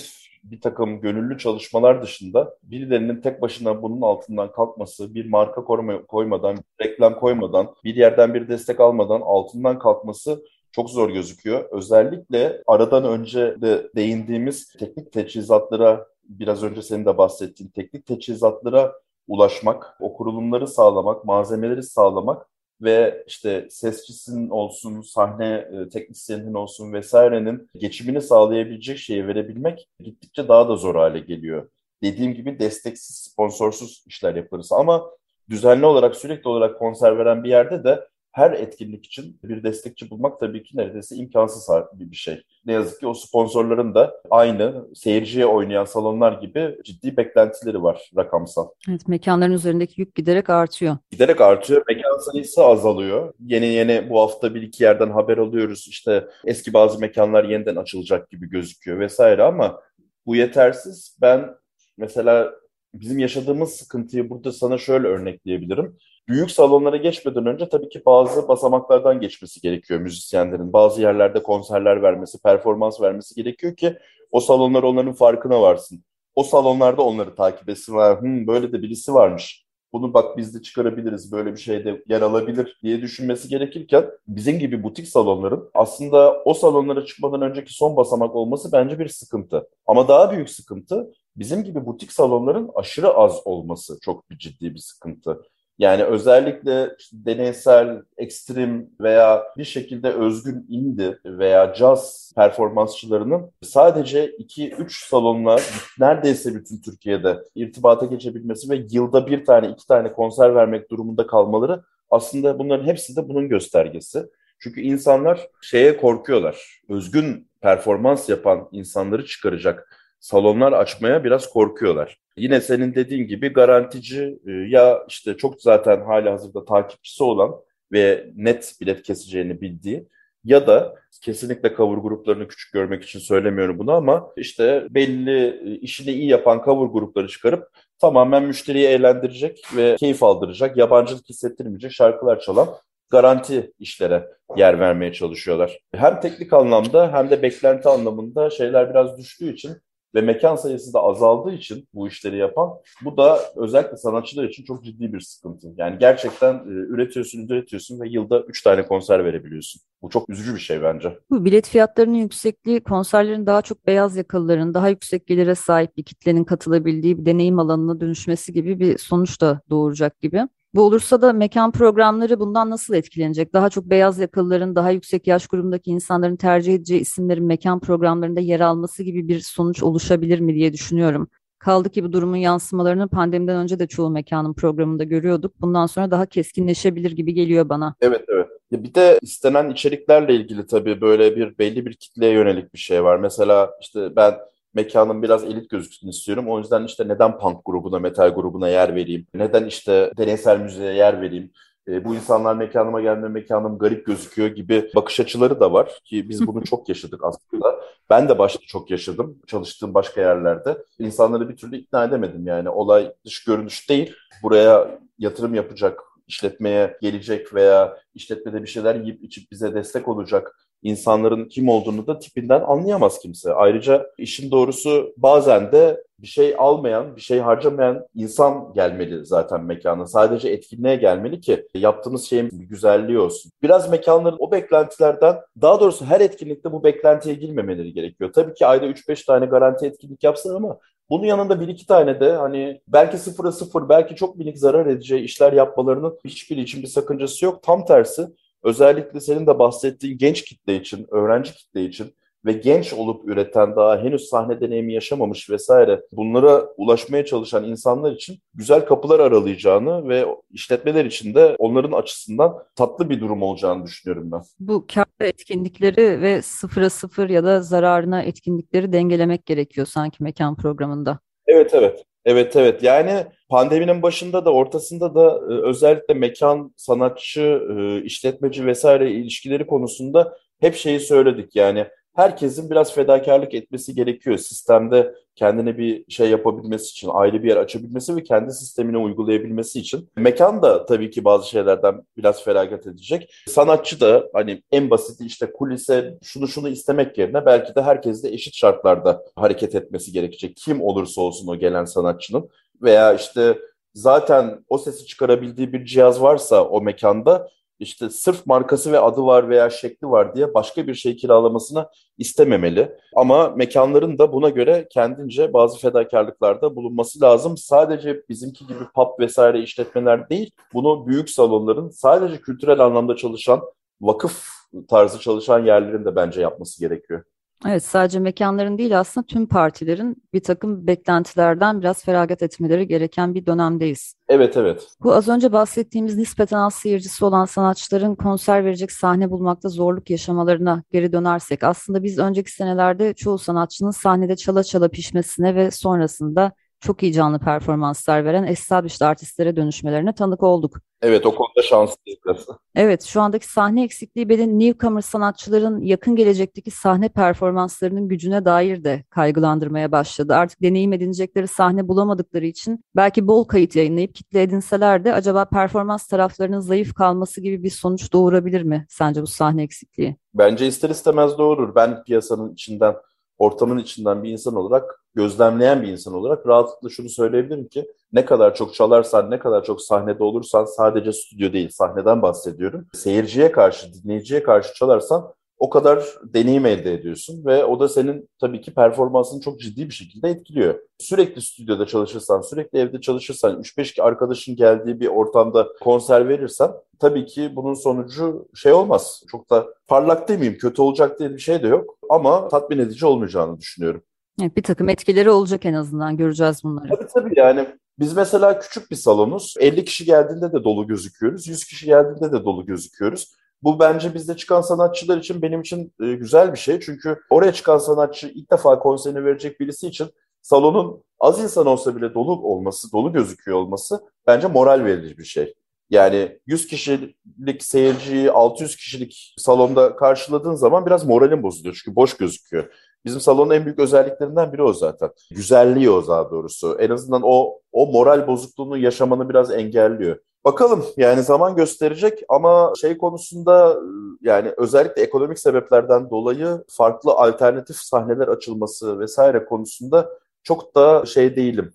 bir takım gönüllü çalışmalar dışında birilerinin tek başına bunun altından kalkması, bir marka koymadan, bir reklam koymadan, bir yerden bir destek almadan altından kalkması çok zor gözüküyor. Özellikle aradan önce de değindiğimiz teknik teçhizatlara, biraz önce senin de bahsettiğin teknik teçhizatlara ulaşmak, o kurulumları sağlamak, malzemeleri sağlamak ve işte sesçisinin olsun, sahne teknisyeninin olsun vesairenin geçimini sağlayabilecek şeyi verebilmek gittikçe daha da zor hale geliyor. Dediğim gibi desteksiz, sponsorsuz işler yaparız ama düzenli olarak, sürekli olarak konser veren bir yerde de her etkinlik için bir destekçi bulmak tabii ki neredeyse imkansız bir şey. Ne yazık ki o sponsorların da aynı seyirciye oynayan salonlar gibi ciddi beklentileri var rakamsal. Evet, mekanların üzerindeki yük giderek artıyor. Giderek artıyor. Mekan sayısı azalıyor. Yeni yeni bu hafta bir iki yerden haber alıyoruz. İşte eski bazı mekanlar yeniden açılacak gibi gözüküyor vesaire ama bu yetersiz. Ben mesela bizim yaşadığımız sıkıntıyı burada sana şöyle örnekleyebilirim. Büyük salonlara geçmeden önce tabii ki bazı basamaklardan geçmesi gerekiyor müzisyenlerin. Bazı yerlerde konserler vermesi, performans vermesi gerekiyor ki o salonlar onların farkına varsın. O salonlarda onları takip etsin. Böyle de birisi varmış. Bunu bak biz de çıkarabiliriz, böyle bir şeyde yer alabilir diye düşünmesi gerekirken bizim gibi butik salonların aslında o salonlara çıkmadan önceki son basamak olması bence bir sıkıntı. Ama daha büyük sıkıntı bizim gibi butik salonların aşırı az olması çok bir ciddi bir sıkıntı. Yani özellikle işte deneysel, ekstrem veya bir şekilde özgün indie veya caz performansçılarının sadece iki üç salonla neredeyse bütün Türkiye'de irtibata geçebilmesi ve yılda bir tane, iki tane konser vermek durumunda kalmaları aslında bunların hepsi de bunun göstergesi. Çünkü insanlar şeye korkuyorlar. Özgün performans yapan insanları çıkaracak salonlar açmaya biraz korkuyorlar. Yine senin dediğin gibi garantici ya işte çok zaten halihazırda takipçisi olan ve net bilet keseceğini bildiği ya da kesinlikle cover gruplarını küçük görmek için söylemiyorum bunu ama işte belli işini iyi yapan cover grupları çıkarıp tamamen müşteriyi eğlendirecek ve keyif aldıracak, yabancılık hissettirmeyecek şarkılar çalan garanti işlere yer vermeye çalışıyorlar. Hem teknik anlamda hem de beklenti anlamında şeyler biraz düştüğü için ve mekan sayısı da azaldığı için bu işleri yapan, bu da özellikle sanatçılar için çok ciddi bir sıkıntı. Yani gerçekten üretiyorsun ve yılda 3 tane konser verebiliyorsun. Bu çok üzücü bir şey bence. Bu bilet fiyatlarının yüksekliği konserlerin daha çok beyaz yakalıların, daha yüksek gelire sahip bir kitlenin katılabildiği bir deneyim alanına dönüşmesi gibi bir sonuç da doğuracak gibi. Bu olursa da mekan programları bundan nasıl etkilenecek? Daha çok beyaz yakalıların, daha yüksek yaş grubundaki insanların tercih edeceği isimlerin mekan programlarında yer alması gibi bir sonuç oluşabilir mi diye düşünüyorum. Kaldı ki bu durumun yansımalarını pandemiden önce de çoğu mekanın programında görüyorduk. Bundan sonra daha keskinleşebilir gibi geliyor bana. Evet, evet. Ya bir de istenen içeriklerle ilgili tabii böyle bir belli bir kitleye yönelik bir şey var. Mesela işte ben mekanın biraz elit gözüksün istiyorum. O yüzden işte neden punk grubuna, metal grubuna yer vereyim? Neden işte deneysel müziğe yer vereyim? Bu insanlar mekanıma geldiğinde mekanım garip gözüküyor gibi bakış açıları da var ki biz bunu çok yaşadık aslında. Ben de başta çok yaşadım çalıştığım başka yerlerde. İnsanları bir türlü ikna edemedim yani olay dış görünüş değil. Buraya yatırım yapacak, işletmeye gelecek veya işletmede bir şeyler yiyip içip bize destek olacak insanların kim olduğunu da tipinden anlayamaz kimse. Ayrıca işin doğrusu bazen de bir şey almayan, bir şey harcamayan insan gelmeli zaten mekana. Sadece etkinliğe gelmeli ki yaptığımız şeyin bir güzelliği olsun. Biraz mekanların o beklentilerden, daha doğrusu her etkinlikte bu beklentiye girmemeleri gerekiyor. Tabii ki ayda 3-5 tane garanti etkinlik yapsın ama bunun yanında bir iki tane de hani belki sıfıra sıfır, belki çok minik zarar edeceği işler yapmalarının hiçbiri için bir sakıncası yok. Tam tersi, özellikle senin de bahsettiğin genç kitle için, öğrenci kitle için ve genç olup üreten daha henüz sahne deneyimi yaşamamış vesaire bunlara ulaşmaya çalışan insanlar için güzel kapılar aralayacağını ve işletmeler için de onların açısından tatlı bir durum olacağını düşünüyorum ben. Bu kârlı etkinlikleri ve sıfıra sıfır ya da zararına etkinlikleri dengelemek gerekiyor sanki mekan programında. Evet, evet. Evet, evet. Yani pandeminin başında da ortasında da özellikle mekan, sanatçı, işletmeci vesaire ilişkileri konusunda hep şeyi söyledik. Yani herkesin biraz fedakarlık etmesi gerekiyor. Sistemde kendine bir şey yapabilmesi için, ayrı bir yer açabilmesi ve kendi sistemine uygulayabilmesi için. Mekan da tabii ki bazı şeylerden biraz feragat edecek. Sanatçı da hani en basiti işte kulise şunu istemek yerine belki de herkes de eşit şartlarda hareket etmesi gerekecek. Kim olursa olsun o gelen sanatçının veya işte zaten o sesi çıkarabildiği bir cihaz varsa o mekanda işte sırf markası ve adı var veya şekli var diye başka bir şey kiralamasını istememeli. Ama mekanların da buna göre kendince bazı fedakarlıklarda bulunması lazım. Sadece bizimki gibi pub vesaire işletmeler değil, bunu büyük salonların sadece kültürel anlamda çalışan, vakıf tarzı çalışan yerlerin de bence yapması gerekiyor. Evet, sadece mekanların değil aslında tüm partilerin bir takım beklentilerden biraz feragat etmeleri gereken bir dönemdeyiz. Evet, evet. Bu az önce bahsettiğimiz nispeten az seyircisi olan sanatçıların konser verecek sahne bulmakta zorluk yaşamalarına geri dönersek aslında biz önceki senelerde çoğu sanatçının sahnede çala çala pişmesine ve sonrasında çok iyi canlı performanslar veren established artistlere dönüşmelerine tanık olduk. Evet, o konuda şanslıyız biraz. Evet, şu andaki sahne eksikliği beni newcomer sanatçıların yakın gelecekteki sahne performanslarının gücüne dair de kaygılandırmaya başladı. Artık deneyim edinecekleri sahne bulamadıkları için belki bol kayıt yayınlayıp kitle edinseler de acaba performans taraflarının zayıf kalması gibi bir sonuç doğurabilir mi sence bu sahne eksikliği? Bence ister istemez doğurur. Ben piyasanın içinden, ortamın içinden bir insan olarak, gözlemleyen bir insan olarak rahatlıkla şunu söyleyebilirim ki ne kadar çok çalarsan, ne kadar çok sahnede olursan sadece stüdyo değil, sahneden bahsediyorum. Seyirciye karşı, dinleyiciye karşı çalarsan o kadar deneyim elde ediyorsun ve o da senin tabii ki performansını çok ciddi bir şekilde etkiliyor. Sürekli stüdyoda çalışırsan, sürekli evde çalışırsan, 3-5 arkadaşın geldiği bir ortamda konser verirsen tabii ki bunun sonucu şey olmaz. Çok da parlak demeyeyim, kötü olacak diye bir şey de yok ama tatmin edici olmayacağını düşünüyorum. Evet, bir takım etkileri olacak en azından göreceğiz bunları. Tabii yani biz mesela küçük bir salonuz. 50 kişi geldiğinde de dolu gözüküyoruz. 100 kişi geldiğinde de dolu gözüküyoruz. Bu bence bizde çıkan sanatçılar için benim için güzel bir şey. Çünkü oraya çıkan sanatçı ilk defa konserini verecek birisi için salonun az insan olsa bile dolu olması, dolu gözüküyor olması bence moral verici bir şey. Yani 100 kişilik seyirciyi 600 kişilik salonda karşıladığın zaman biraz moralin bozuluyor. Çünkü boş gözüküyor. Bizim salonun en büyük özelliklerinden biri o zaten. Güzelliği o daha doğrusu. En azından o moral bozukluğunu yaşamanı biraz engelliyor. Bakalım yani zaman gösterecek ama şey konusunda yani özellikle ekonomik sebeplerden dolayı farklı alternatif sahneler açılması vesaire konusunda çok da şey değilim.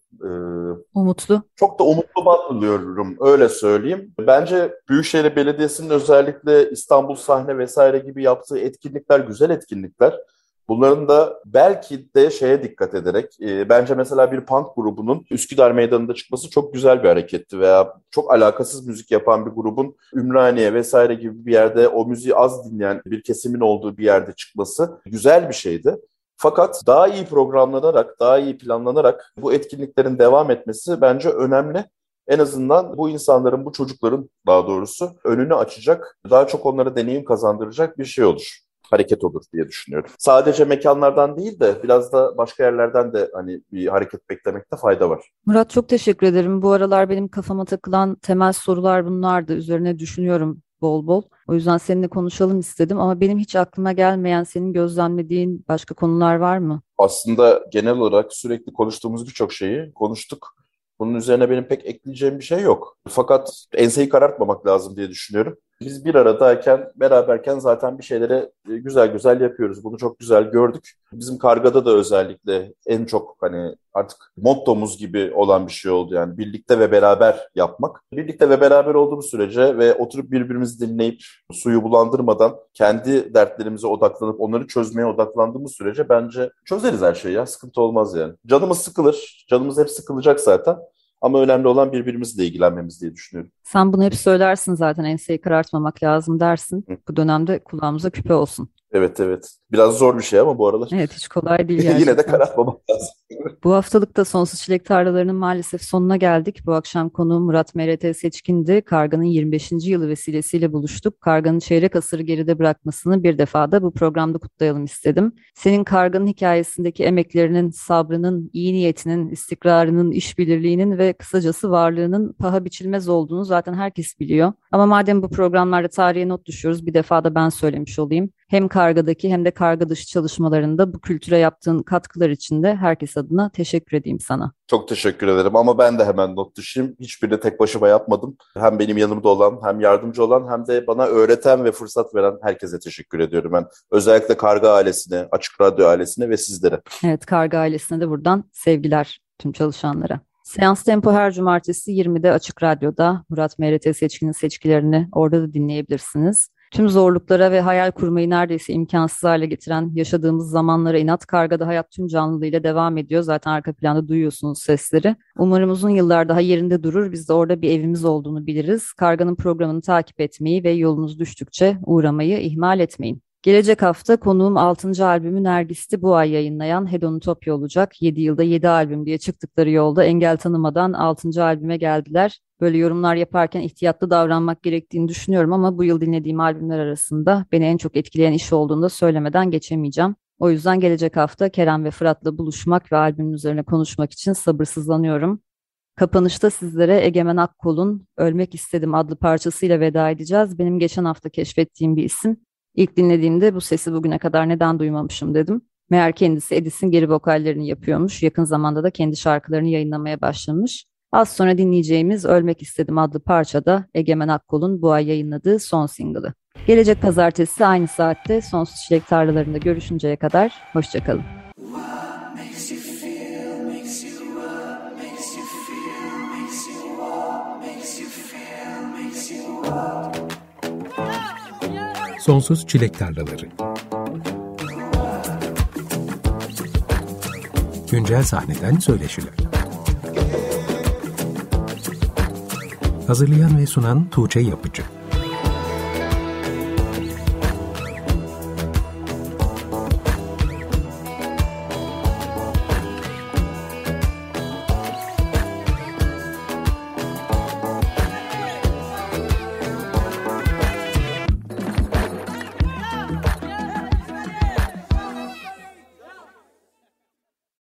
Umutlu. Çok da umutlu bakmıyorum öyle söyleyeyim. Bence Büyükşehir Belediyesi'nin özellikle İstanbul Sahne vesaire gibi yaptığı etkinlikler güzel etkinlikler. Bunların da belki de şeye dikkat ederek bence mesela bir punk grubunun Üsküdar Meydanı'nda çıkması çok güzel bir hareketti veya çok alakasız müzik yapan bir grubun Ümraniye vesaire gibi bir yerde o müziği az dinleyen bir kesimin olduğu bir yerde çıkması güzel bir şeydi. Fakat daha iyi programlanarak, daha iyi planlanarak bu etkinliklerin devam etmesi bence önemli. En azından bu insanların, bu çocukların daha doğrusu önünü açacak, daha çok onlara deneyim kazandıracak bir şey olur. Hareket olur diye düşünüyorum. Sadece mekanlardan değil de biraz da başka yerlerden de hani bir hareket beklemekte fayda var. Murat, çok teşekkür ederim. Bu aralar benim kafama takılan temel sorular bunlardı. Üzerine düşünüyorum bol bol. O yüzden seninle konuşalım istedim ama benim hiç aklıma gelmeyen, senin gözlemlediğin başka konular var mı? Aslında genel olarak sürekli konuştuğumuz birçok şeyi konuştuk. Bunun üzerine benim pek ekleyeceğim bir şey yok. Fakat enseyi karartmamak lazım diye düşünüyorum. Biz bir aradayken, beraberken zaten bir şeyleri güzel güzel yapıyoruz. Bunu çok güzel gördük. Bizim Karga'da da özellikle en çok hani artık mottomuz gibi olan bir şey oldu. Yani birlikte ve beraber yapmak. Birlikte ve beraber olduğumuz sürece ve oturup birbirimizi dinleyip suyu bulandırmadan kendi dertlerimize odaklanıp onları çözmeye odaklandığımız sürece bence çözeriz her şeyi ya. Sıkıntı olmaz yani. Canımız sıkılır. Canımız hep sıkılacak zaten. Ama önemli olan birbirimizle ilgilenmemiz diye düşünüyorum. Sen bunu hep söylersin zaten, enseyi karartmamak lazım dersin. Hı. Bu dönemde kulağımıza küpe olsun. Evet, evet. Biraz zor bir şey ama bu aralar. Evet, hiç kolay değil Yine de gerçekten. karartmamak lazım. Bu haftalık da Sonsuz Çilek Tarlalarının maalesef sonuna geldik. Bu akşam konuğum Murat M.R.T. Seçkin'di. Karga'nın 25. yılı vesilesiyle buluştuk. Karga'nın çeyrek asırı geride bırakmasını bir defa da bu programda kutlayalım istedim. Senin Karga'nın hikayesindeki emeklerinin, sabrının, iyi niyetinin, istikrarının, işbirliğinin ve kısacası varlığının paha biçilmez olduğunu zaten herkes biliyor. Ama madem bu programlarda tarihe not düşüyoruz, bir defa da ben söylemiş olayım. Hem Karga'daki hem de karga dışı çalışmalarında bu kültüre yaptığın katkılar için de herkes adına teşekkür edeyim sana. Çok teşekkür ederim ama ben de hemen not düşeyim. Hiçbirini tek başıma yapmadım. Hem benim yanımda olan, hem yardımcı olan, hem de bana öğreten ve fırsat veren herkese teşekkür ediyorum ben. Özellikle Karga ailesine, Açık Radyo ailesine ve sizlere. Evet, Karga ailesine de buradan sevgiler tüm çalışanlara. Seans Tempo her cumartesi 20'de Açık Radyo'da. Murat M.R.T. Seçkin'in seçkilerini orada da dinleyebilirsiniz. Tüm zorluklara ve hayal kurmayı neredeyse imkansız hale getiren yaşadığımız zamanlara inat, Karga'da hayat tüm canlılığıyla devam ediyor. Zaten arka planda duyuyorsunuz sesleri. Umarım uzun yıllar daha yerinde durur. Biz de orada bir evimiz olduğunu biliriz. Karga'nın programını takip etmeyi ve yolunuz düştükçe uğramayı ihmal etmeyin. Gelecek hafta konuğum 6. albümü Nergis'ti bu ay yayınlayan Hedonutopya olacak. 7 yılda 7 albüm diye çıktıkları yolda engel tanımadan 6. albüme geldiler. Böyle yorumlar yaparken ihtiyatlı davranmak gerektiğini düşünüyorum ama bu yıl dinlediğim albümler arasında beni en çok etkileyen iş olduğunu da söylemeden geçemeyeceğim. O yüzden gelecek hafta Kerem ve Fırat'la buluşmak ve albümün üzerine konuşmak için sabırsızlanıyorum. Kapanışta sizlere Egemen Akkol'un Ölmek İstedim adlı parçasıyla veda edeceğiz. Benim geçen hafta keşfettiğim bir isim. İlk dinlediğimde bu sesi bugüne kadar neden duymamışım dedim. Meğer kendisi Edis'in geri vokallerini yapıyormuş. Yakın zamanda da kendi şarkılarını yayınlamaya başlamış. Az sonra dinleyeceğimiz Ölmek İstedim adlı parça da Egemen Akkol'un bu ay yayınladığı son single'ı. Gelecek pazartesi aynı saatte Sonsuz Çilek Tarlalarında görüşünceye kadar hoşçakalın. Sonsuz Çilek Tarlaları. Güncel sahneden söyleşiler. Hazırlayan ve sunan Tuğçe Yapıcı.